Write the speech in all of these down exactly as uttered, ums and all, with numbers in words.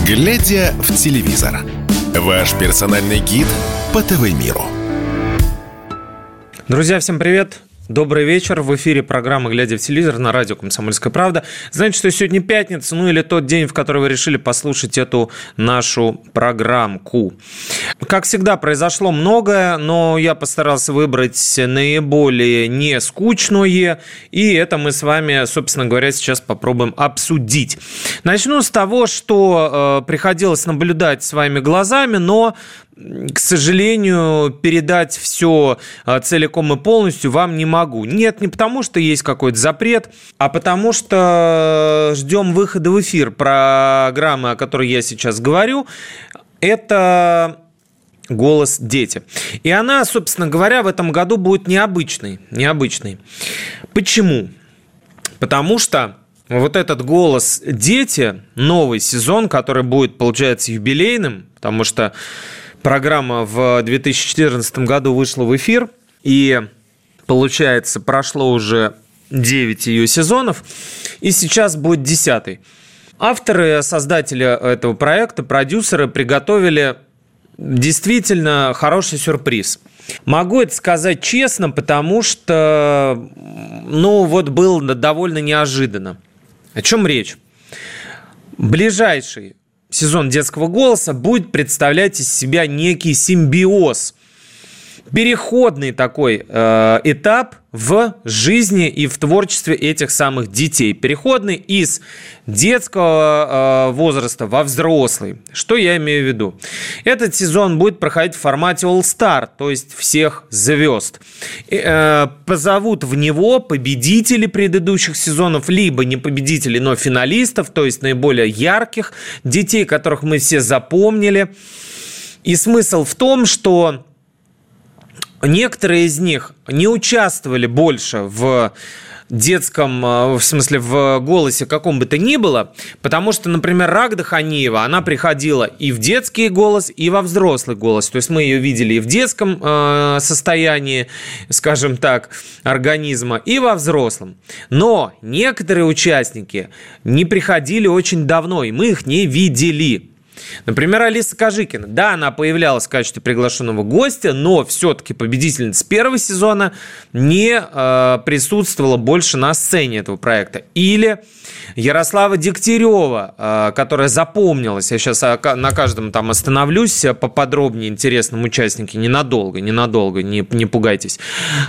Глядя в телевизор. Ваш персональный гид по ТВ-миру. Друзья, всем привет! Добрый вечер. В эфире программа «Глядя в телевизор» на радио «Комсомольская правда». Знаете, что сегодня пятница, ну или тот день, в который вы решили послушать эту нашу программку. Как всегда, произошло многое, но я постарался выбрать наиболее не скучное, и это мы с вами, собственно говоря, сейчас попробуем обсудить. Начну с того, что э, приходилось наблюдать своими глазами, но... К сожалению, передать все целиком и полностью вам не могу. Нет, не потому, что есть какой-то запрет, а потому что ждем выхода в эфир программы, о которой я сейчас говорю. Это «Голос дети». И она, собственно говоря, в этом году будет необычной. необычной. Почему? Потому что вот этот «Голос дети», новый сезон, который будет, получается, юбилейным, потому что программа в две тысячи четырнадцатом году вышла в эфир, и, получается, прошло уже девять ее сезонов, и сейчас будет десятый. Авторы, создатели этого проекта, продюсеры приготовили действительно хороший сюрприз. Могу это сказать честно, потому что, ну, вот было довольно неожиданно. О чем речь? Ближайший сезон «Детского голоса» будет представлять из себя некий симбиоз, переходный такой э, этап в жизни и в творчестве этих самых детей. Переходный из детского э, возраста во взрослый. Что я имею в виду? Этот сезон будет проходить в формате All Star, то есть всех звезд. Э, позовут в него победителей предыдущих сезонов, либо не победителей, но финалистов, то есть наиболее ярких детей, которых мы все запомнили. И смысл в том, что некоторые из них не участвовали больше в детском, в смысле, в голосе каком бы то ни было, потому что, например, Рагда Ханиева, она приходила и в детский голос, и во взрослый голос. То есть мы ее видели и в детском э, состоянии, скажем так, организма, и во взрослом. Но некоторые участники не приходили очень давно, и мы их не видели. Например, Алиса Кожикина. Да, она появлялась в качестве приглашенного гостя, но все-таки победительница первого сезона не э, присутствовала больше на сцене этого проекта. Или Ярослава Дегтярева, э, которая запомнилась. Я сейчас на каждом там остановлюсь поподробнее, интересном участнике. Ненадолго, ненадолго, не, не пугайтесь.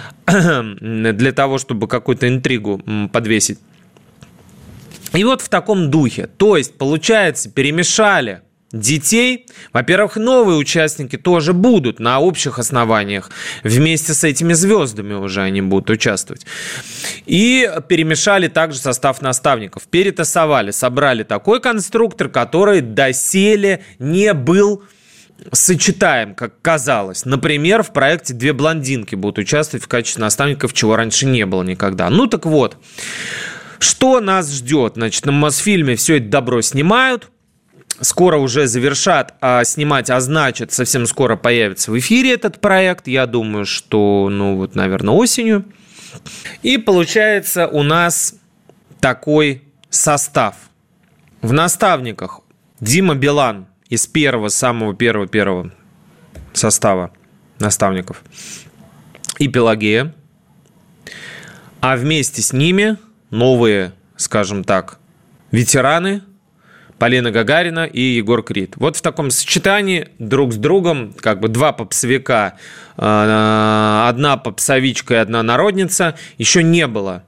Для того, чтобы какую-то интригу подвесить. И вот в таком духе. То есть, получается, перемешали детей. Во-первых, новые участники тоже будут на общих основаниях. Вместе с этими звездами уже они будут участвовать. И перемешали также состав наставников. Перетасовали, собрали такой конструктор, который доселе не был сочетаем, как казалось. Например, в проекте две блондинки будут участвовать в качестве наставников, чего раньше не было никогда. Ну так вот, что нас ждет? Значит, на Мосфильме все это добро снимают. Скоро уже завершат а снимать, а значит, совсем скоро появится в эфире этот проект. Я думаю, что, ну вот, наверное, осенью. И получается у нас такой состав. В наставниках Дима Билан из первого, самого первого-первого состава наставников и Пелагея. А вместе с ними новые, скажем так, ветераны Полина Гагарина и Егор Крид. Вот в таком сочетании друг с другом, как бы два попсовика, одна попсовичка и одна народница, еще не было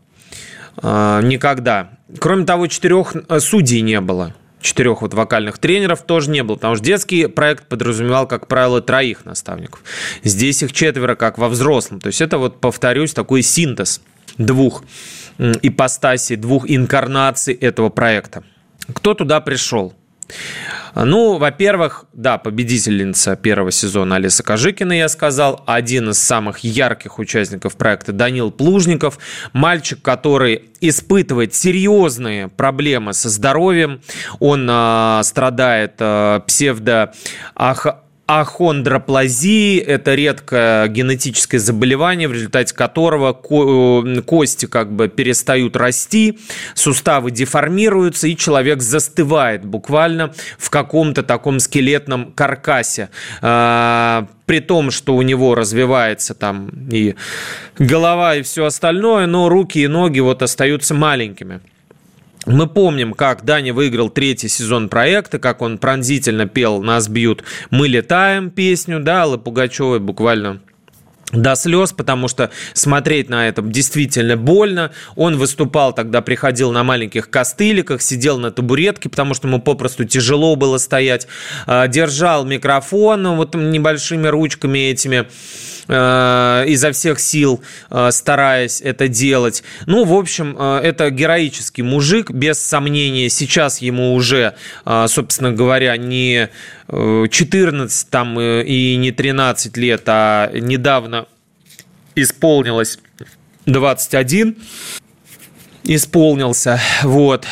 никогда. Кроме того, четырех судей не было. Четырех вот вокальных тренеров тоже не было, потому что детский проект подразумевал, как правило, троих наставников. Здесь их четверо, как во взрослом. То есть это, вот повторюсь, такой синтез двух ипостасей, двух инкарнаций этого проекта. Кто туда пришел? Ну, во-первых, да, победительница первого сезона Алиса Кожикина, я сказал. Один из самых ярких участников проекта Данил Плужников. Мальчик, который испытывает серьезные проблемы со здоровьем. Он э, страдает э, псевдо... ахондроплазии. Это редкое генетическое заболевание, в результате которого ко- кости как бы перестают расти, суставы деформируются, и человек застывает буквально в каком-то таком скелетном каркасе. При том, что у него развивается там и голова, и все остальное, но руки и ноги вот остаются маленькими. Мы помним, как Даня выиграл третий сезон проекта, как он пронзительно пел «Нас бьют, мы летаем» песню, да, Аллы Пугачевой буквально до слез, потому что смотреть на это действительно больно. Он выступал тогда, приходил на маленьких костыликах, сидел на табуретке, потому что ему попросту тяжело было стоять, держал микрофон вот небольшими ручками этими, изо всех сил стараясь это делать. Ну, в общем, это героический мужик, без сомнения. Сейчас ему уже, собственно говоря, не четырнадцать там, и не тринадцать лет, а недавно исполнилось двадцать один. Исполнился, вот.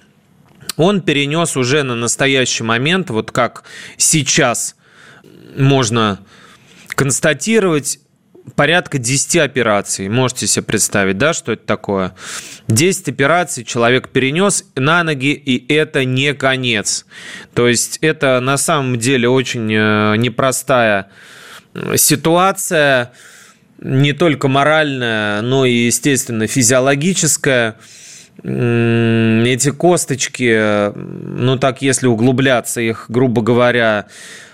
Он перенес уже на настоящий момент, вот как сейчас можно констатировать, порядка десять операций. Можете себе представить, да, что это такое? десять операций человек перенес на ноги, и это не конец. То есть это на самом деле очень непростая ситуация, не только моральная, но и, естественно, физиологическая. Эти косточки, ну так, если углубляться, их, грубо говоря,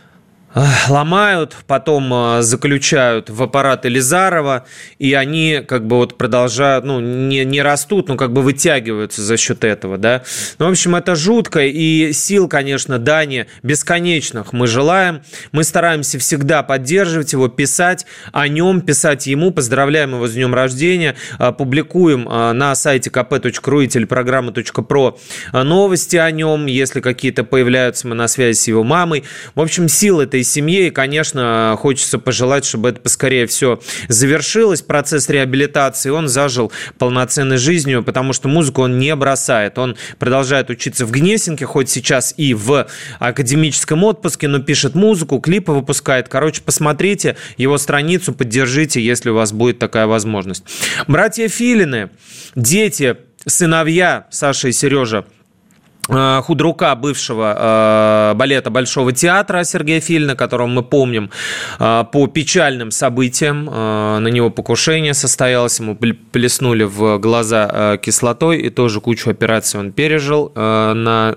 ломают, потом заключают в аппарат Елизарова, и они как бы вот продолжают, ну, не, не растут, но как бы вытягиваются за счет этого, да. Ну, в общем, это жутко, и сил, конечно, Дане бесконечных мы желаем. Мы стараемся всегда поддерживать его, писать о нем, писать ему, поздравляем его с днем рождения, публикуем на сайте ка пэ точка ру и телепрограмма точка про новости о нем, если какие-то появляются, мы на связи с его мамой. В общем, сил этой семье, и, конечно, хочется пожелать, чтобы это поскорее все завершилось, процесс реабилитации, он зажил полноценной жизнью, потому что музыку он не бросает, он продолжает учиться в Гнесинке, хоть сейчас и в академическом отпуске, но пишет музыку, клипы выпускает. Короче, посмотрите его страницу, поддержите, если у вас будет такая возможность. Братья Филины, дети, сыновья Саша и Сережа худрука бывшего э, балета Большого театра Сергея Филина, которого мы помним э, по печальным событиям. Э, на него покушение состоялось, ему плеснули в глаза э, кислотой, и тоже кучу операций он пережил э, на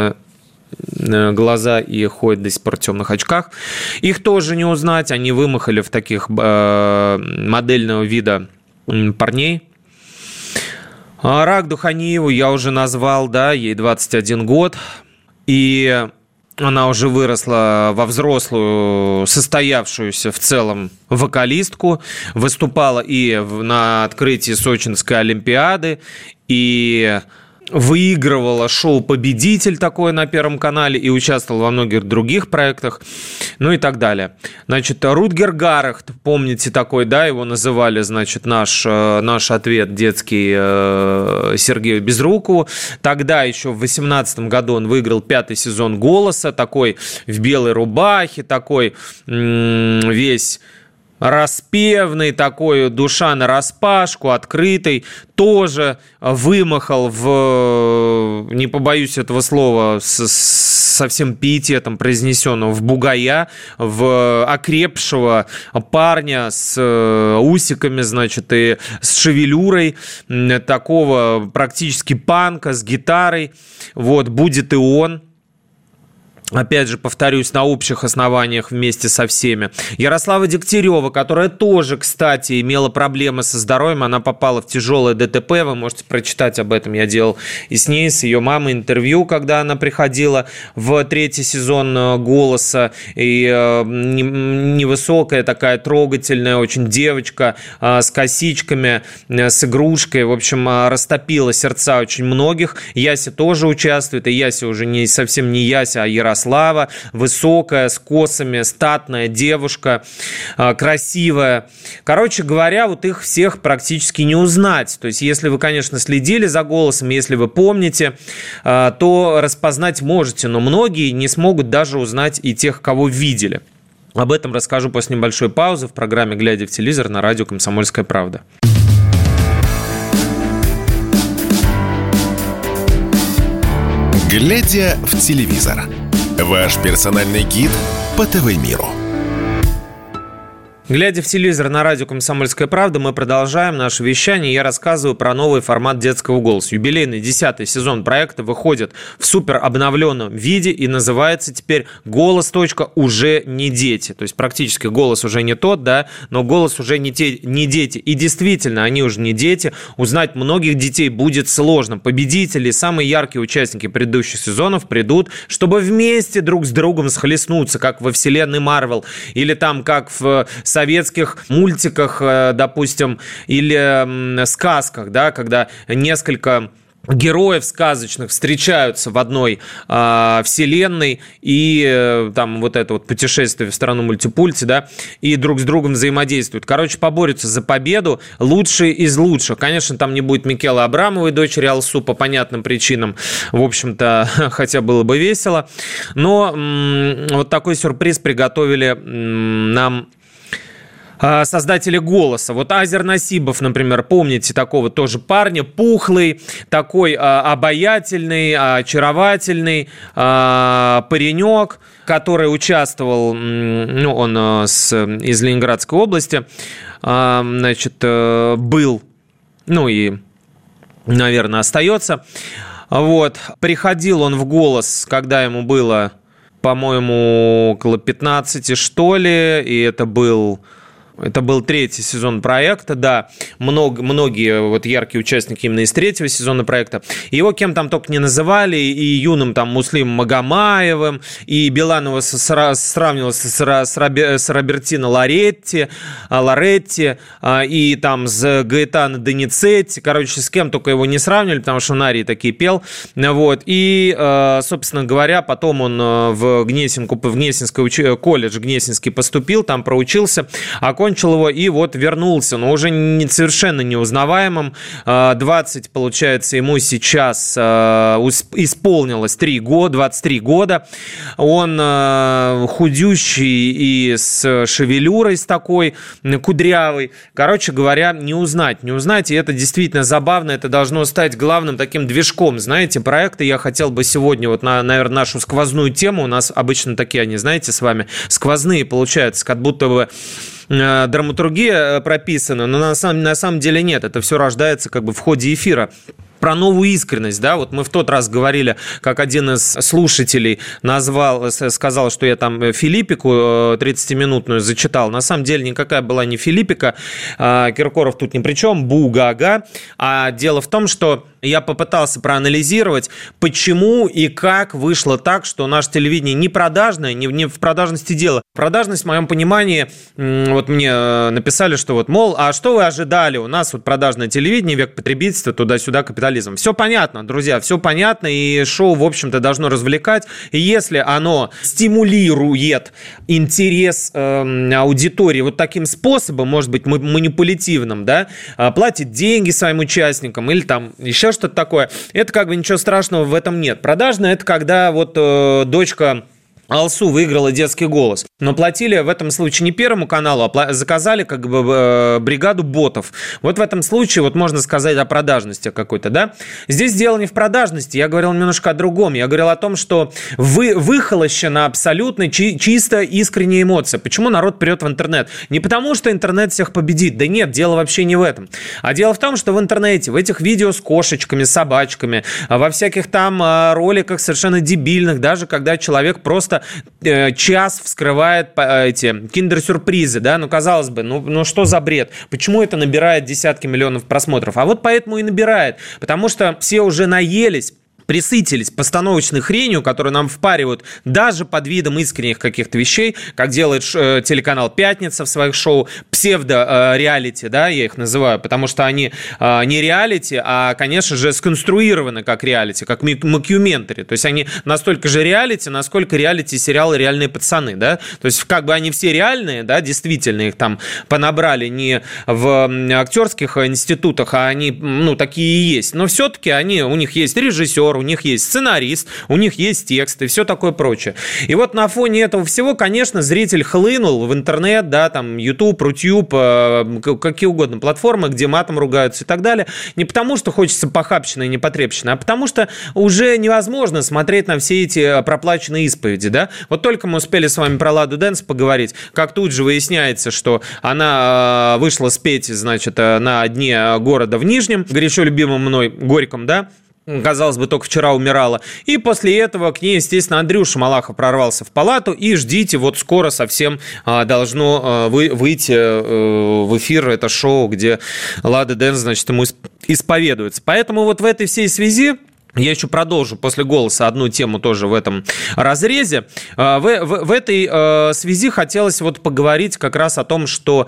э, глаза и ходит до сих пор в темных очках. Их тоже не узнать, они вымахали в таких э, модельного вида парней. Рагду Ханиеву я уже назвал, да, ей двадцать один год, и она уже выросла во взрослую, состоявшуюся в целом вокалистку, выступала и на открытии Сочинской Олимпиады, и выигрывала шоу «Победитель» такое на Первом канале и участвовала во многих других проектах, ну и так далее. Значит, Рутгер Гаррахт, помните такой, да, его называли, значит, наш, наш ответ детский Сергею Безрукову. Тогда еще в восемнадцатом году он выиграл пятый сезон «Голоса», такой в белой рубахе, такой весь распевный, такой, душа нараспашку, открытый, тоже вымахал в, не побоюсь этого слова, с, со всем пиететом произнесенного, в бугая, в окрепшего парня с усиками, значит, и с шевелюрой, такого практически панка, с гитарой. Вот, будет и он. Опять же, повторюсь, на общих основаниях вместе со всеми. Ярослава Дегтярева, которая тоже, кстати, имела проблемы со здоровьем. Она попала в тяжелое дэ тэ пэ. Вы можете прочитать об этом. Я делал и с ней, с ее мамой интервью, когда она приходила в третий сезон «Голоса». И невысокая такая трогательная очень девочка с косичками, с игрушкой. В общем, растопила сердца очень многих. Яся тоже участвует. И Яся уже не совсем не Яся, а Ярослава. Слава, высокая, с косами, статная девушка, красивая. Короче говоря, вот их всех практически не узнать. То есть, если вы, конечно, следили за «Голосом», если вы помните, то распознать можете, но многие не смогут даже узнать и тех, кого видели. Об этом расскажу после небольшой паузы в программе «Глядя в телевизор» на радио «Комсомольская правда». «Глядя в телевизор» – ваш персональный гид по ТВ-миру. Глядя в телевизор на радио «Комсомольская правда», мы продолжаем наше вещание. Я рассказываю про новый формат детского голоса. Юбилейный десятый сезон проекта выходит в супер обновленном виде и называется теперь «Голос. Уже не дети». То есть практически голос уже не тот, да, но голос уже не, те, не дети. И действительно, они уже не дети. Узнать многих детей будет сложно. Победители, самые яркие участники предыдущих сезонов придут, чтобы вместе друг с другом схлестнуться, как во вселенной Марвел, или там как в советских мультиках, допустим, или сказках, да, когда несколько героев сказочных встречаются в одной э, вселенной и э, там вот это вот путешествие в страну мультипульти, да, и друг с другом взаимодействуют. Короче, поборются за победу лучшие из лучших. Конечно, там не будет Микелы Абрамовой, дочери Алсу, по понятным причинам. В общем-то, хотя было бы весело. Но м- вот такой сюрприз приготовили м- нам создатели «Голоса». Вот Азер Насибов, например, помните такого тоже парня, пухлый, такой а, обаятельный, очаровательный а, паренек, который участвовал, ну, он а, с, из Ленинградской области, а, значит, а, был, ну и, наверное, остается. Вот. Приходил он в «Голос», когда ему было, по-моему, около пятнадцати, что ли, и это был... Это был третий сезон проекта, да, много, многие вот яркие участники именно из третьего сезона проекта. Его кем там только не называли, и юным там Муслимом Магомаевым, и Биланова сравнивалась с, с, с Робертино Лоретти, Лоретти, и там с Гаэтано Доницетти, короче, с кем только его не сравнивали, потому что он арии такие пел, вот, и, собственно говоря, потом он в Гнесинку, в Гнесинский уч... колледж Гнесинский поступил, там проучился, окончил его и вот вернулся, но уже не, совершенно неузнаваемым. двадцать, получается, ему сейчас исполнилось три года, двадцать три года. Он худющий и с шевелюрой с такой кудрявой. Короче говоря, не узнать, не узнать. И это действительно забавно. Это должно стать главным таким движком, знаете, проекта. Я хотел бы сегодня вот, на, наверное, нашу сквозную тему. У нас обычно такие они, знаете, с вами сквозные получаются, как будто бы драматургия прописана, но на самом, на самом деле нет. Это все рождается как бы в ходе эфира. Про новую искренность, да, вот мы в тот раз говорили, как один из слушателей назвал, сказал, что я там филиппику тридцатиминутную зачитал. На самом деле никакая была не филиппика, Киркоров тут ни при чем, бу-га-га. А дело в том, что я попытался проанализировать, почему и как вышло так, что наше телевидение не продажное, не, не в продажности дело. Продажность, в моем понимании, вот мне написали, что вот, мол, а что вы ожидали? У нас вот продажное телевидение, век потребительства, туда-сюда, капитализм. Все понятно, друзья, все понятно, и шоу, в общем-то, должно развлекать. И если оно стимулирует интерес э, аудитории вот таким способом, может быть, манипулятивным, да, платит деньги своим участникам или там еще что-то такое, это как бы ничего страшного в этом нет. Продажное – это когда вот э, дочка Алсу выиграла детский голос. Но платили в этом случае не Первому каналу, а заказали как бы бригаду ботов. Вот в этом случае вот можно сказать о продажности какой-то, да? Здесь дело не в продажности, я говорил немножко о другом. Я говорил о том, что вы, выхолощена абсолютно чи- чисто искренняя эмоция. Почему народ прет в интернет? Не потому, что интернет всех победит. Да нет, дело вообще не в этом. А дело в том, что в интернете, в этих видео с кошечками, с собачками, во всяких там роликах совершенно дебильных, даже когда человек просто час вскрывает эти киндер-сюрпризы, да, ну, казалось бы, ну, ну что за бред? Почему это набирает десятки миллионов просмотров? А вот поэтому и набирает, потому что все уже наелись, присытились постановочной хренью, которую нам впаривают даже под видом искренних каких-то вещей, как делает э, телеканал «Пятница» в своих шоу, псевдо-реалити, э, да, я их называю, потому что они э, не реалити, а, конечно же, сконструированы как реалити, как мокюментари, то есть они настолько же реалити, насколько реалити-сериалы «Реальные пацаны», да, то есть как бы они все реальные, да, действительно, их там понабрали не в актерских институтах, а они, ну, такие и есть, но все-таки они, у них есть режиссер, у них есть сценарист, у них есть текст и все такое прочее. И вот на фоне этого всего, конечно, зритель хлынул в интернет, да, там, YouTube, Рутюб, какие угодно платформы, где матом ругаются и так далее. Не потому, что хочется похабщина и непотребщина, а потому что уже невозможно смотреть на все эти проплаченные исповеди, да. Вот только мы успели с вами про Ладу Дэнс поговорить, как тут же выясняется, что она вышла спеть, значит, на дне города в Нижнем, горячо любимом мной Горьком, да, казалось бы, только вчера умирала. И после этого к ней, естественно, Андрюша Малахов прорвался в палату. И ждите, вот скоро совсем а, должно а, вы, выйти а, в эфир это шоу, где Лада Дэнс, значит, ему исповедуется. Поэтому вот в этой всей связи я еще продолжу после «Голоса» одну тему тоже в этом разрезе. В, в, в этой э, связи хотелось вот поговорить как раз о том, что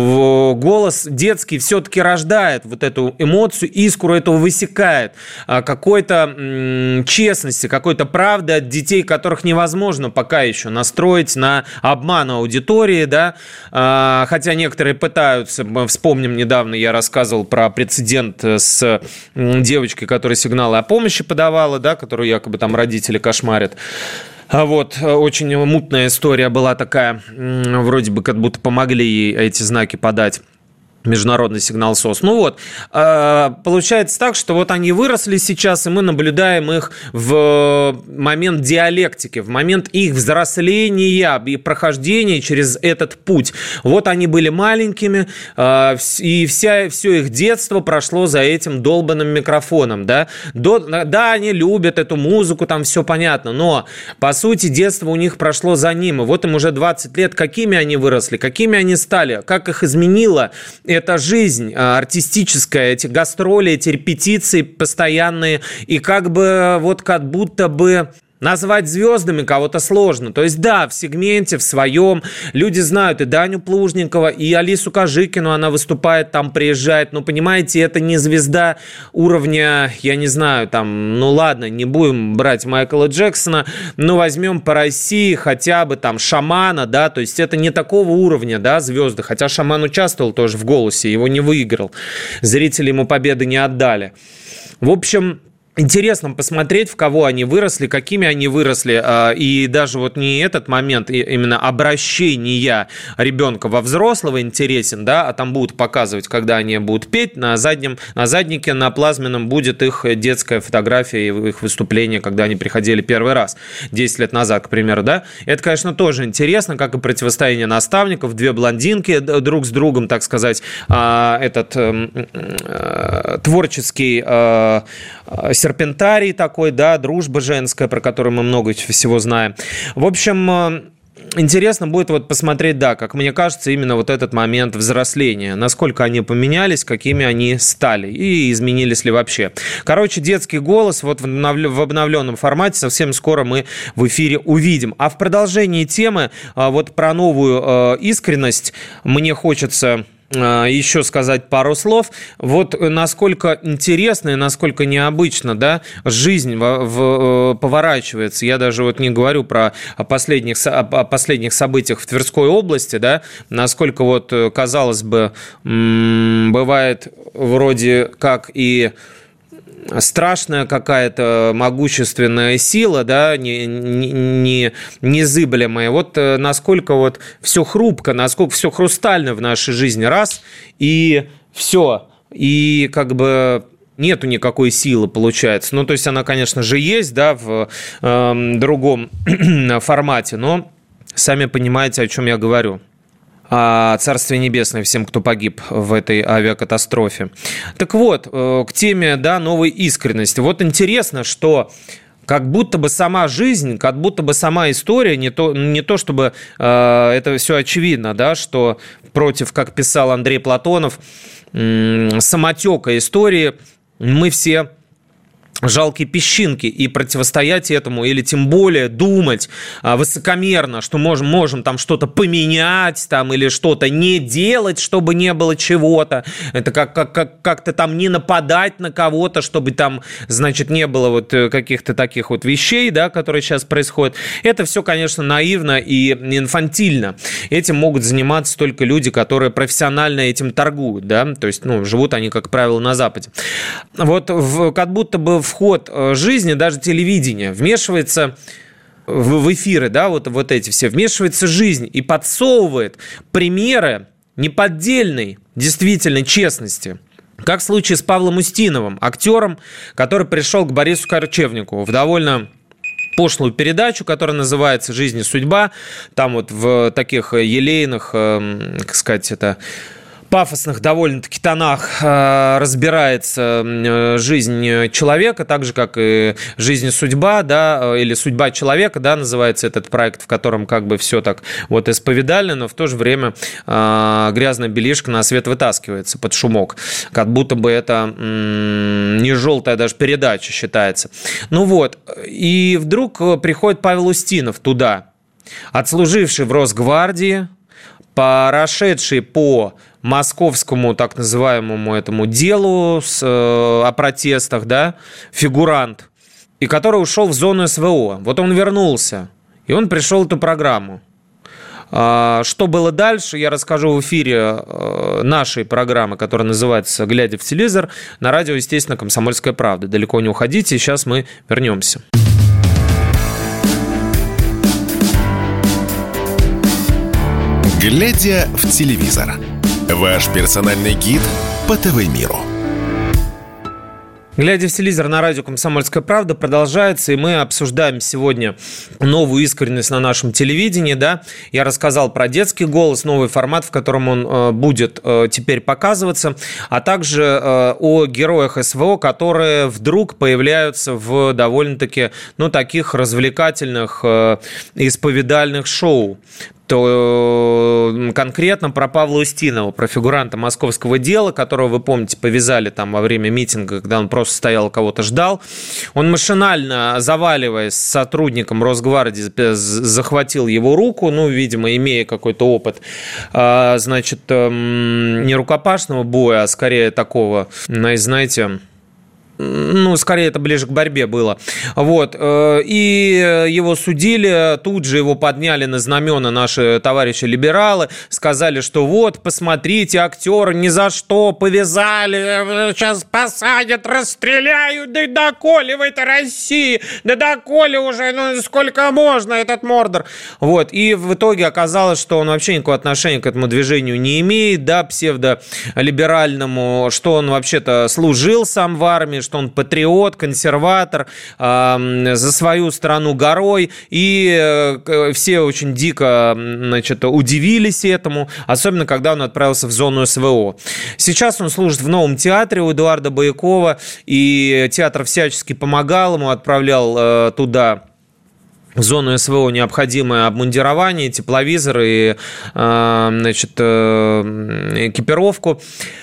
голос детский все-таки рождает вот эту эмоцию, искру этого высекает, какой-то м, честности, какой-то правды от детей, которых невозможно пока еще настроить на обман аудитории, да, а, хотя некоторые пытаются. Вспомним, недавно я рассказывал про прецедент с девочкой, которая сигналы о помощи подавала, да, которую якобы там родители кошмарят. Вот, очень мутная история была такая, вроде бы как будто помогли ей эти знаки подать. Международный сигнал СОС. Ну вот, получается так, что вот они выросли сейчас, и мы наблюдаем их в момент диалектики, в момент их взросления и прохождения через этот путь. Вот они были маленькими, и вся, все их детство прошло за этим долбанным микрофоном, да. До, да, они любят эту музыку, там все понятно, но, по сути, детство у них прошло за ним, и вот им уже двадцать лет, какими они выросли, какими они стали, как их изменило эта жизнь артистическая, эти гастроли, эти репетиции постоянные, и как бы вот как будто бы назвать звездами кого-то сложно. То есть, да, в сегменте, в своем люди знают и Даню Плужникова, и Алису Кожикину, она выступает, там приезжает. Но, понимаете, это не звезда уровня, я не знаю, там, ну ладно, не будем брать Майкла Джексона, но возьмем по России хотя бы там Шамана, да, то есть это не такого уровня, да, звезды. Хотя Шаман участвовал тоже в «Голосе», его не выиграл. Зрители ему победы не отдали. В общем, интересно посмотреть, в кого они выросли, какими они выросли, и даже вот не этот момент, именно обращения ребенка во взрослого интересен, да, а там будут показывать, когда они будут петь, на заднем, на заднике, на плазменном будет их детская фотография, их выступление, когда они приходили первый раз, десять лет назад, к примеру, да. Это, конечно, тоже интересно, как и противостояние наставников, две блондинки друг с другом, так сказать, этот творческий серпентарий такой, да, дружба женская, про которую мы много всего знаем. В общем, интересно будет вот посмотреть, да, как мне кажется, именно вот этот момент взросления, насколько они поменялись, какими они стали и изменились ли вообще. Короче, детский голос вот в обновленном формате совсем скоро мы в эфире увидим. А в продолжении темы вот про новую искренность мне хочется еще сказать пару слов. Вот насколько интересно и насколько необычно, да, жизнь в, в, поворачивается. Я даже вот не говорю про последних, о последних событиях в Тверской области, да, насколько вот, казалось бы, бывает вроде как и страшная какая-то могущественная сила, да, не, не, незыблемая. Вот насколько вот все хрупко, насколько все хрустально в нашей жизни, раз, и все. И как бы нету никакой силы, получается. Ну, то есть она, конечно же, есть, да, в э, другом формате, но сами понимаете, о чем я говорю. Царствие небесное всем, кто погиб в этой авиакатастрофе. Так вот, к теме, да, новой искренности. Вот интересно, что как будто бы сама жизнь, как будто бы сама история, не то, не то чтобы э, это все очевидно, да, что против, как писал Андрей Платонов, э, самотека истории мы все жалкие песчинки, и противостоять этому, или тем более думать а, высокомерно, что можем, можем там что-то поменять, там, или что-то не делать, чтобы не было чего-то, это как, как, как, как-то там не нападать на кого-то, чтобы там, значит, не было вот каких-то таких вот вещей, да, которые сейчас происходят. Это все, конечно, наивно и инфантильно. Этим могут заниматься только люди, которые профессионально этим торгуют, да, то есть, ну, живут они, как правило, на Западе. Вот в, как будто бы в ход жизни, даже телевидения, вмешивается в, в эфиры, да, вот, вот эти все, вмешивается жизнь и подсовывает примеры неподдельной, действительно, честности. Как в случае с Павлом Устиновым, актером, который пришел к Борису Корчевникову в довольно пошлую передачу, которая называется «Жизнь и судьба». Там вот в таких елейных, как сказать, это... пафосных довольно-таки тонах э, разбирается э, жизнь человека, так же, как и «Жизнь и судьба», да, или «Судьба человека», да, называется этот проект, в котором как бы все так вот исповедально, но в то же время э, грязная белишка на свет вытаскивается под шумок, как будто бы это м- не желтая даже передача считается. Ну вот, и вдруг приходит Павел Устинов туда, отслуживший в Росгвардии, прошедший по московскому так называемому этому делу с, э, о протестах, да, фигурант, и который ушел в зону СВО. Вот он вернулся, и он пришел в эту программу. А, что было дальше, я расскажу в эфире э, нашей программы, которая называется «Глядя в телевизор», на радио, естественно, «Комсомольская правда». Далеко не уходите, сейчас мы вернемся. «Глядя в телевизор» – ваш персональный гид по ТВ-миру. «Глядя в телевизор» на радио «Комсомольская правда» продолжается, и мы обсуждаем сегодня новую искренность на нашем телевидении, да. Я рассказал про детский голос, новый формат, в котором он э, будет э, теперь показываться, а также э, о героях СВО, которые вдруг появляются в довольно-таки, ну, таких развлекательных, э, исповедальных шоу. То конкретно про Павла Устинова, про фигуранта московского дела, которого, вы помните, повязали там во время митинга, когда он просто стоял, кого-то ждал. Он машинально, заваливаясь с сотрудником Росгвардии, захватил его руку, ну, видимо, имея какой-то опыт, значит, не рукопашного боя, а скорее такого, знаете... Ну, скорее, это ближе к борьбе было. Вот. И его судили, тут же его подняли на знамена наши товарищи-либералы, сказали, что вот, посмотрите, актера ни за что повязали, сейчас посадят, расстреляют, да и доколе в этой России, да доколе уже, ну, сколько можно этот Мордор. Вот. И в итоге оказалось, что он вообще никакого отношения к этому движению не имеет, да, псевдолиберальному, что он вообще-то служил сам в армии, что он патриот, консерватор, э, за свою страну горой, и э, все очень дико, значит, удивились этому, особенно когда он отправился в зону СВО. Сейчас он служит в Новом театре у Эдуарда Боякова, и театр всячески помогал ему, отправлял э, туда... в зону СВО необходимое обмундирование, тепловизор и, э, значит, э, экипировку.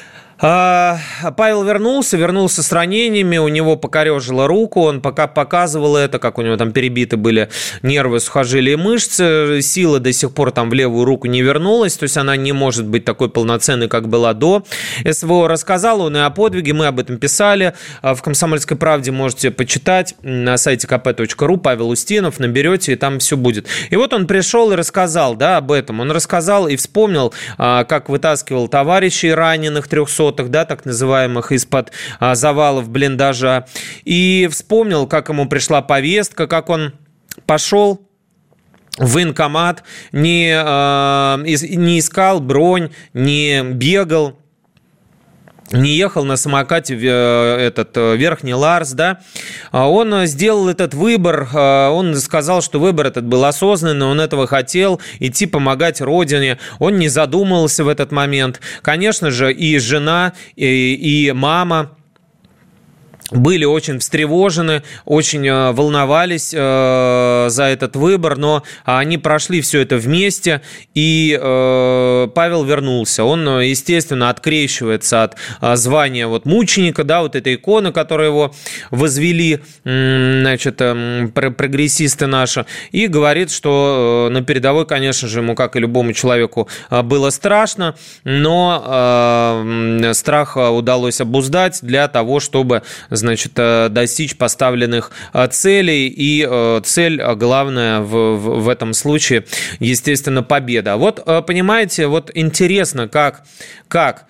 Павел вернулся, вернулся с ранениями, у него покорежило руку, он пока показывал это, как у него там перебиты были нервы, сухожилия и мышцы, сила до сих пор там в левую руку не вернулась, то есть она не может быть такой полноценной, как была до СВО. Рассказал он и о подвиге, мы об этом писали, в «Комсомольской правде» можете почитать на сайте ка пэ точка ру, Павел Устинов, наберете, и там все будет. И вот он пришел и рассказал, да, об этом, он рассказал и вспомнил, как вытаскивал товарищей раненых трехсот, да, так называемых, из-под а, завалов блиндажа. И вспомнил, как ему пришла повестка, как он пошел в военкомат, не, а, не искал бронь, не бегал, не ехал на самокате этот Верхний Ларс, да, он сделал этот выбор, он сказал, что выбор этот был осознанный, он этого хотел, идти помогать родине, он не задумывался в этот момент. Конечно же, и жена, и, и мама были очень встревожены, очень волновались э, за этот выбор, но они прошли все это вместе, и э, Павел вернулся. Он, естественно, открещивается от э, звания вот мученика, да, вот этой иконы, которую его возвели, э, значит, э, прогрессисты наши, и говорит, что э, на передовой, конечно же, ему, как и любому человеку, э, было страшно, но э, страх удалось обуздать для того, чтобы, значит, достичь поставленных целей, и цель главная в, в, в этом случае, естественно, победа. Вот, понимаете, вот интересно, как, как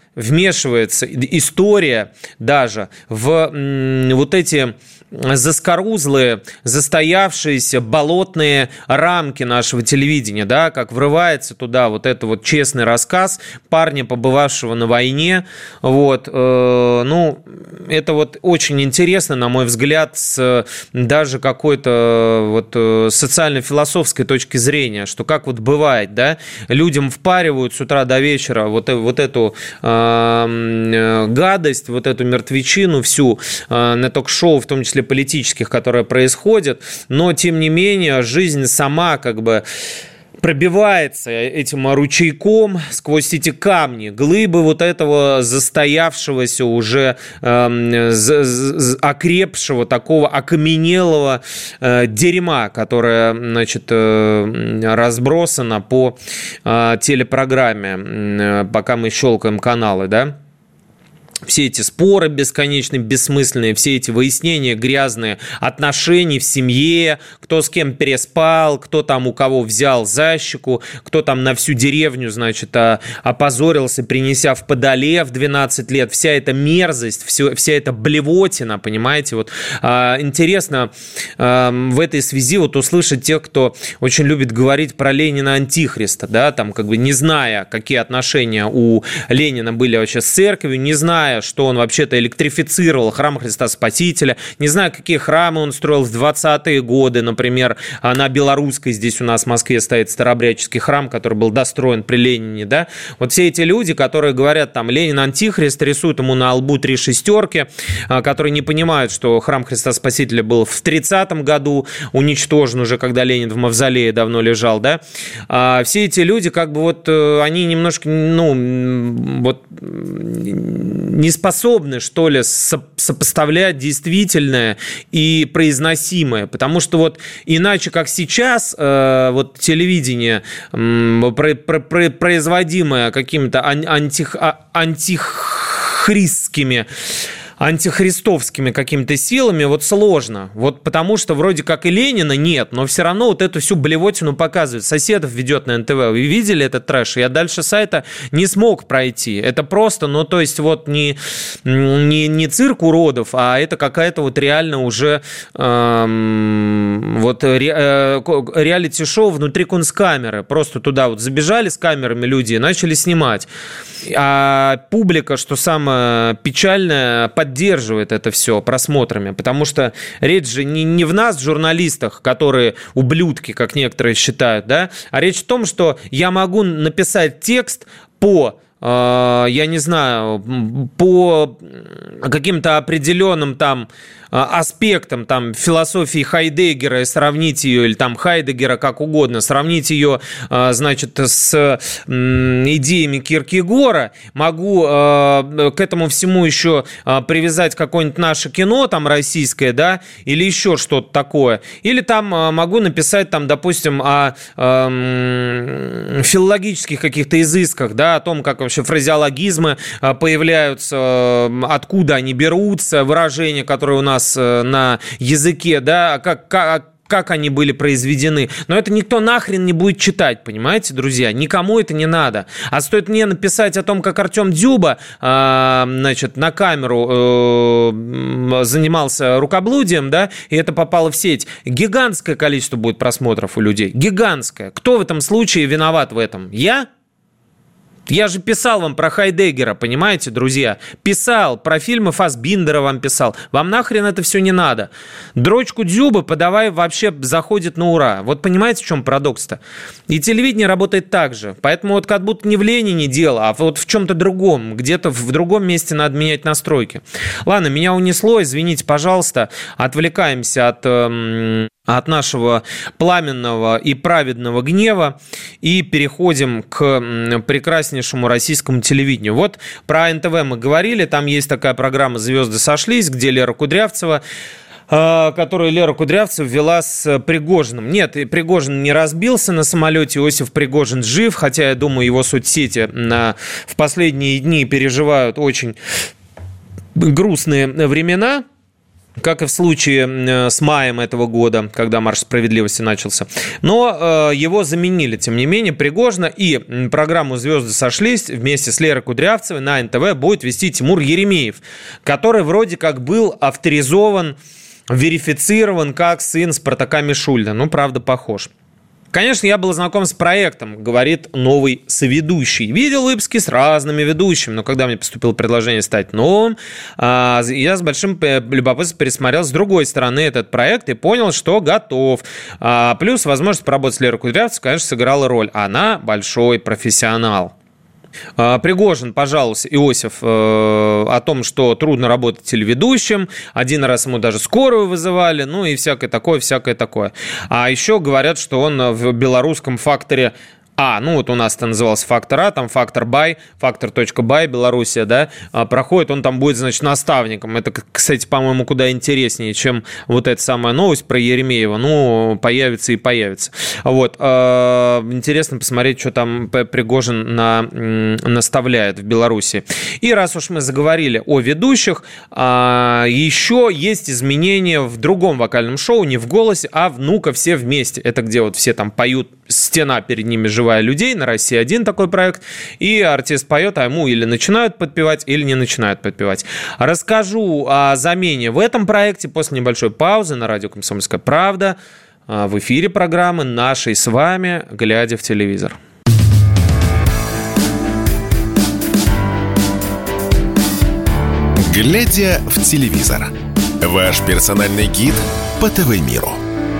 вмешивается история даже в вот эти заскорузлые, застоявшиеся болотные рамки нашего телевидения, да, как врывается туда вот это вот честный рассказ парня, побывавшего на войне, вот, э, ну, это вот очень интересно, на мой взгляд, с даже какой-то вот социально-философской точки зрения, что как вот бывает, да, людям впаривают с утра до вечера вот, вот эту э, гадость, вот эту мертвечину всю э, на ток-шоу, в том числе политических, которые происходят, но, тем не менее, жизнь сама как бы пробивается этим ручейком сквозь эти камни, глыбы вот этого застоявшегося уже э, з- з- окрепшего, такого окаменелого э, дерьма, которое, значит, э, разбросано по э, телепрограмме, э, пока мы щелкаем каналы, да? Все эти споры бесконечные, бессмысленные, все эти выяснения грязные отношений в семье, кто с кем переспал, кто там у кого взял за щеку, кто там на всю деревню, значит, опозорился, принеся в подоле в двенадцать лет. Вся эта мерзость, все, вся эта блевотина, понимаете? Вот, интересно в этой связи вот услышать тех, кто очень любит говорить про Ленина Антихриста, да, там как бы не зная, какие отношения у Ленина были вообще с церковью, не зная, что он вообще-то электрифицировал храм Христа Спасителя, не знаю, какие храмы он строил в двадцатые годы, например, на Белорусской, здесь у нас в Москве стоит старообрядческий храм, который был достроен при Ленине, да, вот все эти люди, которые говорят, там, Ленин Антихрист, рисуют ему на лбу три шестерки, которые не понимают, что храм Христа Спасителя был в тридцатом году уничтожен уже, когда Ленин в мавзолее давно лежал, да, а все эти люди, как бы вот, они немножко, ну, вот, не способны, что ли, сопоставлять действительное и произносимое, потому что вот иначе, как сейчас, э, вот телевидение, э, про, про, про, производимое какими-то антих, антихристскими антихристовскими какими-то силами, вот сложно. Вот потому что вроде как и Ленина нет, но все равно вот эту всю блевотину показывают. Соседов ведет на эн тэ вэ. Вы видели этот трэш? Я дальше сайта не смог пройти. Это просто, ну, то есть вот не, не, не цирк уродов, а это какая-то вот реально уже эм, вот ре, э, реалити-шоу внутри кунсткамеры. Просто туда вот забежали с камерами люди и начали снимать. А публика, что самое печальное, поддерживает это все просмотрами, потому что речь же не, не в нас, журналистах, которые ублюдки, как некоторые считают, да, а речь в том, что я могу написать текст по, э, я не знаю, по каким-то определенным там аспектом там философии Хайдеггера и сравнить ее, или там Хайдеггера, как угодно, сравнить ее, значит, с идеями Киркегора, могу к этому всему еще привязать какое-нибудь наше кино, там, российское, да, или еще что-то такое, или там могу написать, там, допустим, о филологических каких-то изысках, да, о том, как вообще фразеологизмы появляются, откуда они берутся, выражения, которые у нас на языке, да, как, как, как они были произведены. Но это никто нахрен не будет читать, понимаете, друзья? Никому это не надо. А стоит мне написать о том, как Артем Дзюба, э, значит, на камеру э, занимался рукоблудием, да, и это попало в сеть. Гигантское количество будет просмотров у людей. Гигантское. Кто в этом случае виноват в этом? Я? Я же писал вам про Хайдеггера, понимаете, друзья? Писал, про фильмы Фассбиндера вам писал. Вам нахрен это все не надо. Дрочку Дзюбы подавай вообще заходит на ура. Вот понимаете, в чем парадокс-то? И телевидение работает так же. Поэтому вот как будто не в Ленине дело, а вот в чем-то другом. Где-то в другом месте надо менять настройки. Ладно, меня унесло, извините, пожалуйста. Отвлекаемся от... Эм... от нашего пламенного и праведного гнева и переходим к прекраснейшему российскому телевидению. Вот про эн тэ вэ мы говорили, там есть такая программа «Звезды сошлись», где Лера Кудрявцева, которую Лера Кудрявцева вела с Пригожиным. Нет, Пригожин не разбился на самолете, Иосиф Пригожин жив, хотя, я думаю, его соцсети на, в последние дни переживают очень грустные времена. как и в случае с маем этого года, когда марш справедливости начался. Но э, его заменили, тем не менее, Пригожина, и программу «Звезды сошлись» вместе с Лерой Кудрявцевой на эн тэ вэ будет вести Тимур Еремеев, который вроде как был авторизован, верифицирован как сын Спартака Мишульна. Ну, правда, похож. Конечно, я был знаком с проектом, говорит новый соведущий. Видел выпуски с разными ведущими, но когда мне поступило предложение стать новым, я с большим любопытством пересмотрел с другой стороны этот проект и понял, что готов. Плюс возможность поработать с Лерой Кудрявцевой, конечно, сыграла роль. Она большой профессионал. Пригожин пожаловался, Иосиф, э, о том, что трудно работать телеведущим. Один раз ему даже скорую вызывали, ну и всякое такое, всякое такое. А еще говорят, что он в белорусском факторе А, ну вот у нас это назывался фактор А, там фактор Бай, фактор.бай, Белоруссия, да, проходит, он там будет, значит, наставником. Это, кстати, по-моему, куда интереснее, чем вот эта самая новость про Еремеева. Ну, появится и появится. Вот. Интересно посмотреть, что там Пригожин на, наставляет в Беларуси. И раз уж мы заговорили о ведущих, еще есть изменения в другом вокальном шоу, не в «Голосе», а в «Ну-ка, все вместе». Это где вот все там поют, стена перед ними живая людей, на России один такой проект, и артист поет, а ему или начинают подпевать, или не начинают подпевать. Расскажу о замене в этом проекте после небольшой паузы на радио «Комсомольская правда» в эфире программы нашей с вами «Глядя в телевизор». «Глядя в телевизор» – ваш персональный гид по ТВ-миру.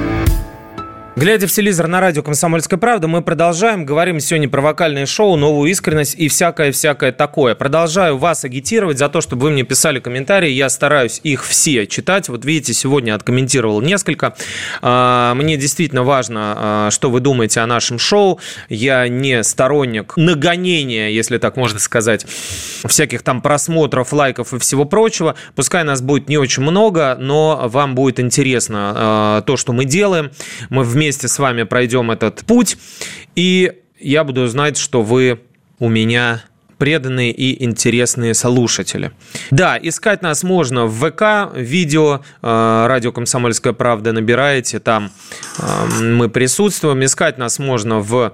Глядя в телевизор на радио «Комсомольская правда», мы продолжаем. Говорим сегодня про вокальное шоу, новую искренность и всякое-всякое такое. Продолжаю вас агитировать за то, чтобы вы мне писали комментарии. Я стараюсь их все читать. Вот видите, сегодня откомментировал несколько. Мне действительно важно, что вы думаете о нашем шоу. Я не сторонник нагонения, если так можно сказать, всяких там просмотров, лайков и всего прочего. Пускай нас будет не очень много, но вам будет интересно то, что мы делаем. Мы вместе Вместе с вами пройдем этот путь, и я буду знать, что вы у меня преданные и интересные слушатели. Да, искать нас можно в ВК, видео, радио «Комсомольская правда» набираете, там мы присутствуем. Искать нас можно в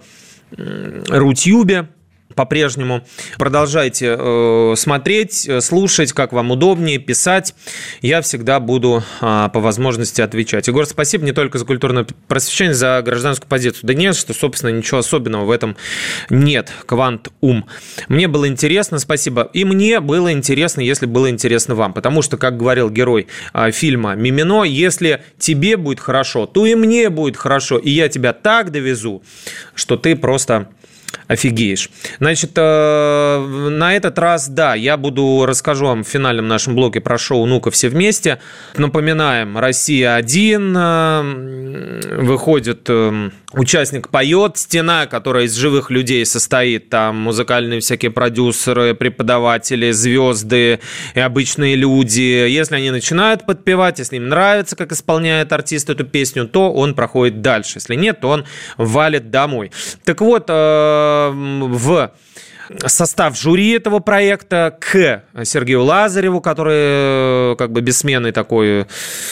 Рутюбе. По-прежнему продолжайте э, смотреть, слушать, как вам удобнее, писать. Я всегда буду э, по возможности отвечать. Егор, спасибо не только за культурное просвещение, за гражданскую позицию. Да нет, что, собственно, ничего особенного в этом нет. Квант-ум. Мне было интересно, спасибо. И мне было интересно, если было интересно вам. Потому что, как говорил герой э, фильма «Мимино», если тебе будет хорошо, то и мне будет хорошо. И я тебя так довезу, что ты просто... офигеешь. Значит, на этот раз, да, я буду расскажу вам в финальном нашем блоке про шоу «Ну-ка, все вместе». Напоминаем, «Россия-один», выходит участник поет, стена, которая из живых людей состоит, там музыкальные всякие продюсеры, преподаватели, звезды и обычные люди. Если они начинают подпевать, если им нравится, как исполняет артист эту песню, то он проходит дальше. Если нет, то он валит домой. Так вот, в состав жюри этого проекта к Сергею Лазареву, который как бы бессменный такой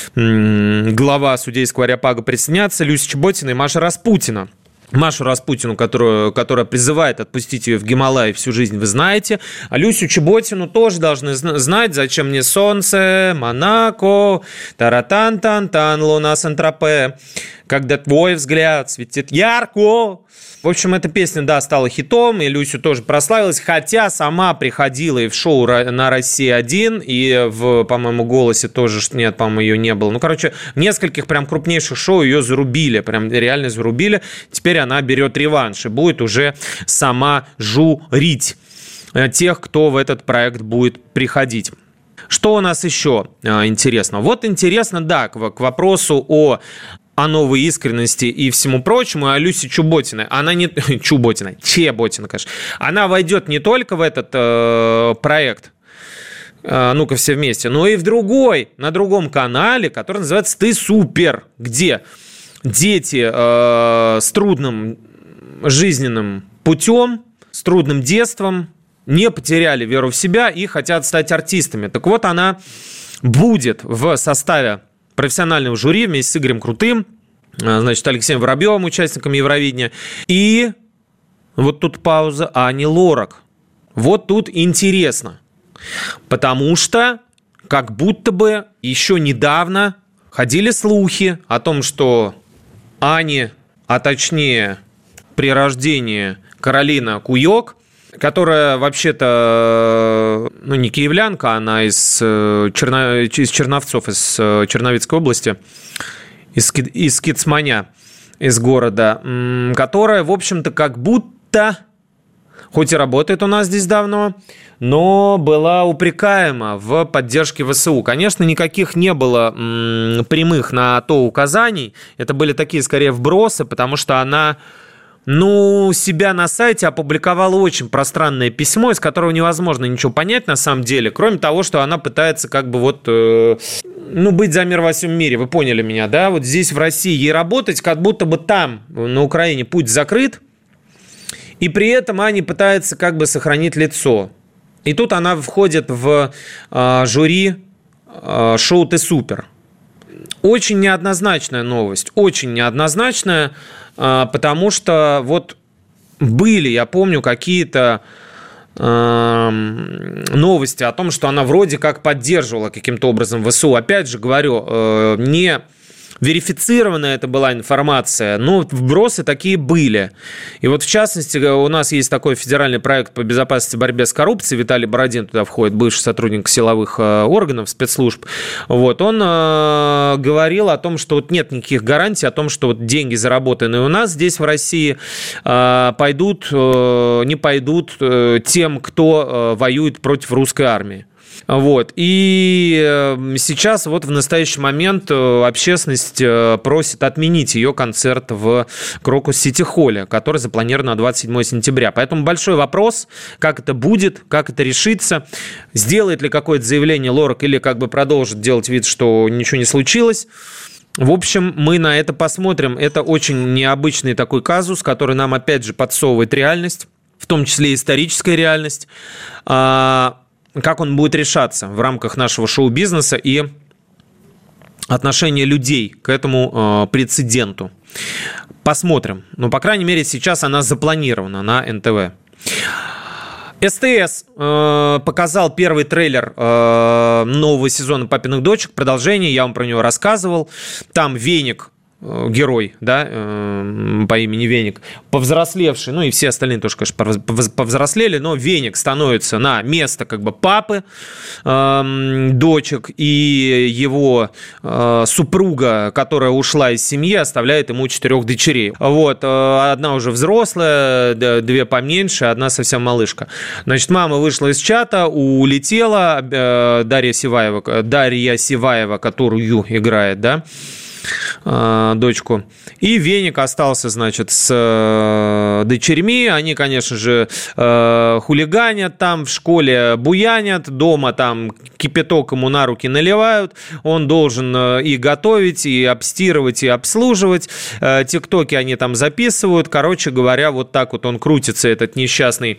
глава судейского ареопага, присоединятся Люся Чеботина и Маша Распутина. Машу Распутину, которую, которая призывает отпустить ее в Гималаи всю жизнь, вы знаете. А Люсю Чеботину тоже должны знать, зачем мне солнце, Монако, таратан-тан-тан, луна Сан-Тропе, когда твой взгляд светит ярко. В общем, эта песня, да, стала хитом, и Люсю тоже прославилась, хотя сама приходила и в шоу на «Россия-один», и в, по-моему, «Голосе» тоже, нет, по-моему, ее не было. Ну, короче, в нескольких прям крупнейших шоу ее зарубили, прям реально зарубили. Теперь она берет реванш и будет уже сама журить тех, кто в этот проект будет приходить. Что у нас еще интересно? Вот интересно, да, к вопросу о... о новой искренности и всему прочему, а Люси Чеботиной, она не... Чеботина, Чеботина, конечно. Она войдет не только в этот э, проект, э, ну-ка все вместе, но и в другой, на другом канале, который называется «Ты супер», где дети э, с трудным жизненным путем, с трудным детством не потеряли веру в себя и хотят стать артистами. Так вот, она... будет в составе профессионального жюри вместе с Игорем Крутым, значит, Алексеем Воробьевым, участником Евровидения, и вот тут пауза, Ани Лорак. Вот тут интересно, потому что как будто бы еще недавно ходили слухи о том, что Ани, а точнее при рождении Каролина Куёк, которая вообще-то, ну, не киевлянка, она из, Черно... из Черновцов, из Черновицкой области, из, из Кицманя, из города, которая, в общем-то, как будто, хоть и работает у нас здесь давно, но была упрекаема в поддержке ВСУ. Конечно, никаких не было м, прямых на то указаний, это были такие, скорее, вбросы, потому что она... Ну, себя на сайте опубликовала очень пространное письмо, из которого невозможно ничего понять на самом деле, кроме того, что она пытается как бы вот, э, ну, быть за мир во всем мире, вы поняли меня, да? Вот здесь в России ей работать, как будто бы там, на Украине, путь закрыт, и при этом Аня пытается как бы сохранить лицо. И тут она входит в э, жюри э, шоу «Ты супер». Очень неоднозначная новость, очень неоднозначная, потому что вот были, я помню, какие-то э, новости о том, что она вроде как поддерживала каким-то образом ВСУ. Опять же говорю, э, не верифицированная это была информация, но вбросы такие были. И вот в частности у нас есть такой федеральный проект по безопасности и борьбе с коррупцией, Виталий Бородин туда входит, бывший сотрудник силовых органов, спецслужб. Вот, он э, говорил о том, что вот нет никаких гарантий о том, что вот деньги, заработанные у нас здесь в России, э, пойдут, э, не пойдут э, тем, кто э, воюет против русской армии. Вот. И сейчас вот в настоящий момент общественность просит отменить ее концерт в Крокус-Сити-холле, который запланирован на двадцать седьмое сентября. Поэтому большой вопрос, как это будет, как это решится, сделает ли какое-то заявление Лорак или как бы продолжит делать вид, что ничего не случилось. В общем, мы на это посмотрим. Это очень необычный такой казус, который нам опять же подсовывает реальность, в том числе историческая реальность. Как он будет решаться в рамках нашего шоу-бизнеса и отношения людей к этому э, прецеденту. Посмотрим. Но, по крайней мере, сейчас она запланирована на эн тэ вэ. СТС э, показал первый трейлер э, нового сезона «Папиных дочек», продолжение, я вам про него рассказывал. Там Веник, герой, да, по имени Веник, повзрослевший, ну и все остальные тоже, конечно, повзрослели, но Веник становится на место как бы папы э, дочек, и его э, супруга, которая ушла из семьи, оставляет ему четырех дочерей. Вот, э, одна уже взрослая, две поменьше, одна совсем малышка. Значит, мама вышла из чата, улетела, э, Дарья Сиваева, Дарья Сиваева, которую играет, да, дочку. И Веник остался, значит, с дочерьми. Они, конечно же, хулиганят там, в школе буянят, дома там кипяток ему на руки наливают. Он должен и готовить, и обстирывать, и обслуживать. Тиктоки они там записывают. Короче говоря, вот так вот он крутится, этот несчастный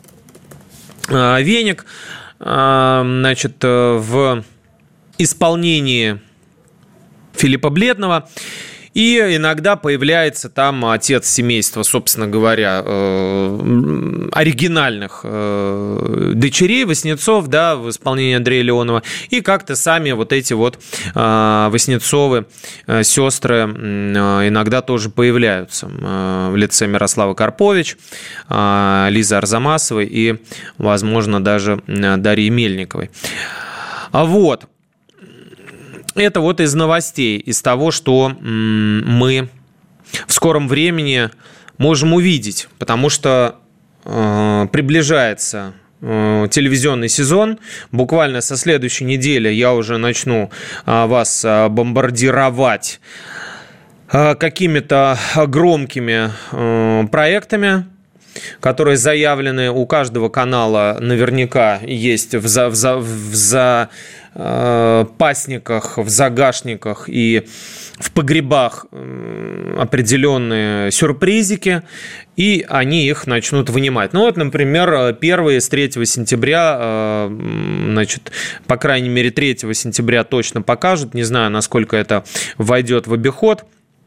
Веник. Значит, в исполнении Филиппа Бледного. И иногда появляется там отец семейства, собственно говоря, э, оригинальных э, дочерей, Васнецов, да, в исполнении Андрея Леонова. И как-то сами вот эти вот э, Васнецовы, э, сестры, э, иногда тоже появляются э, в лице Мирославы Карпович, э, Лизы Арзамасовой и, возможно, даже э, Дарьи Мельниковой. А вот. Это вот из новостей, из того, что мы в скором времени можем увидеть, потому что э, приближается э, телевизионный сезон. Буквально со следующей недели я уже начну э, вас э, бомбардировать э, какими-то громкими э, проектами. которые заявлены у каждого канала, наверняка есть в, за, в, за, в за, э, пасниках, в загашниках и в погребах определенные сюрпризики, и они их начнут вынимать. Ну вот, например, первые с третьего сентября, значит, по крайней мере, третьего сентября точно покажут, не знаю, насколько это войдет в обиход,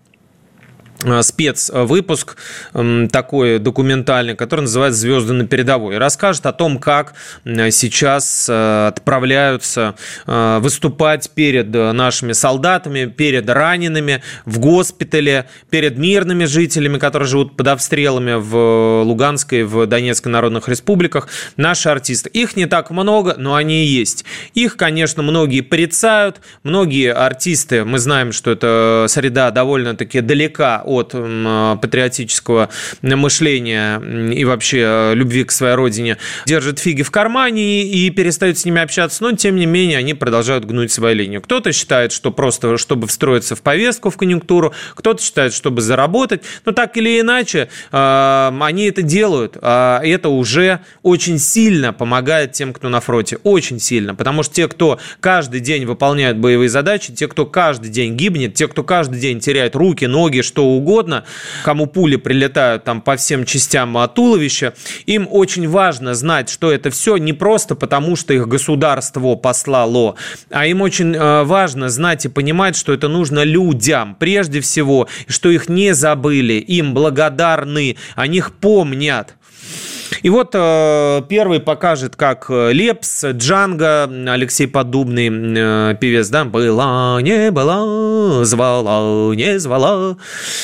спецвыпуск такой документальный, который называется «Звезды на передовой». Расскажет о том, как сейчас отправляются выступать перед нашими солдатами, перед ранеными в госпитале, перед мирными жителями, которые живут под обстрелами в Луганской, в Донецкой народных республиках. Наши артисты. Их не так много, но они и есть. Их, конечно, многие порицают. Многие артисты, мы знаем, что эта среда довольно-таки далека от патриотического мышления и вообще любви к своей родине, держат фиги в кармане и перестают с ними общаться, но тем не менее они продолжают гнуть свою линию. Кто-то считает, что просто чтобы встроиться в повестку, в конъюнктуру, кто-то считает, чтобы заработать, но так или иначе они это делают, а это уже очень сильно помогает тем, кто на фронте, очень сильно, потому что те, кто каждый день выполняют боевые задачи, те, кто каждый день гибнет, те, кто каждый день теряет руки, ноги, что угодно, кому пули прилетают там по всем частям туловища, им очень важно знать, что это все не просто потому, что их государство послало, а им очень важно знать и понимать, что это нужно людям прежде всего, что их не забыли, им благодарны, о них помнят. И вот э, первый покажет, как Лепс, Джанго, Алексей Поддубный, э, певец, да, «Была, не была, звала, не звала»,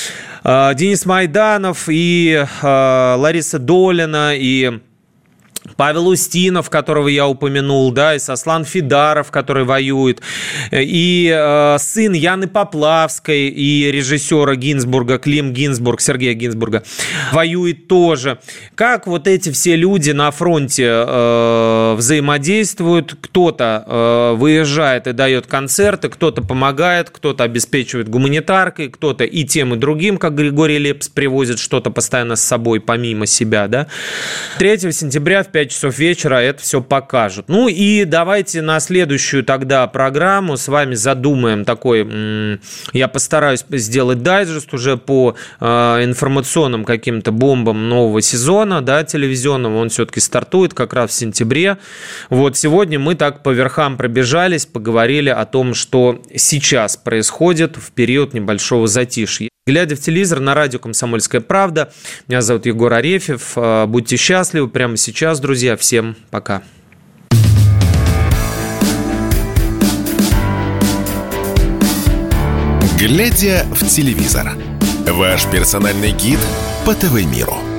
э, Денис Майданов и э, Лариса Долина, и Павел Устинов, которого я упомянул, да, и Сослан Фидаров, который воюет, и э, сын Яны Поплавской и режиссера Гинзбурга, Клим Гинзбург, Сергея Гинзбурга, воюет тоже. Как вот эти все люди на фронте э, взаимодействуют, кто-то э, выезжает и дает концерты, кто-то помогает, кто-то обеспечивает гуманитаркой, кто-то и тем, и другим, как Григорий Лепс, привозит что-то постоянно с собой, помимо себя, да. третьего сентября в пять часов вечера это все покажут. Ну и давайте на следующую тогда программу с вами задумаем такой, я постараюсь сделать дайджест уже по э, информационным каким-то бомбам нового сезона, да, телевизионного, он все-таки стартует как раз в сентябре. Вот сегодня мы так по верхам пробежались, поговорили о том, что сейчас происходит в период небольшого затишья. Глядя в телевизор на радио «Комсомольская правда», меня зовут Егор Арефьев. Будьте счастливы прямо сейчас, друзья. Всем пока. Глядя в телевизор. Ваш персональный гид по ТВ-миру.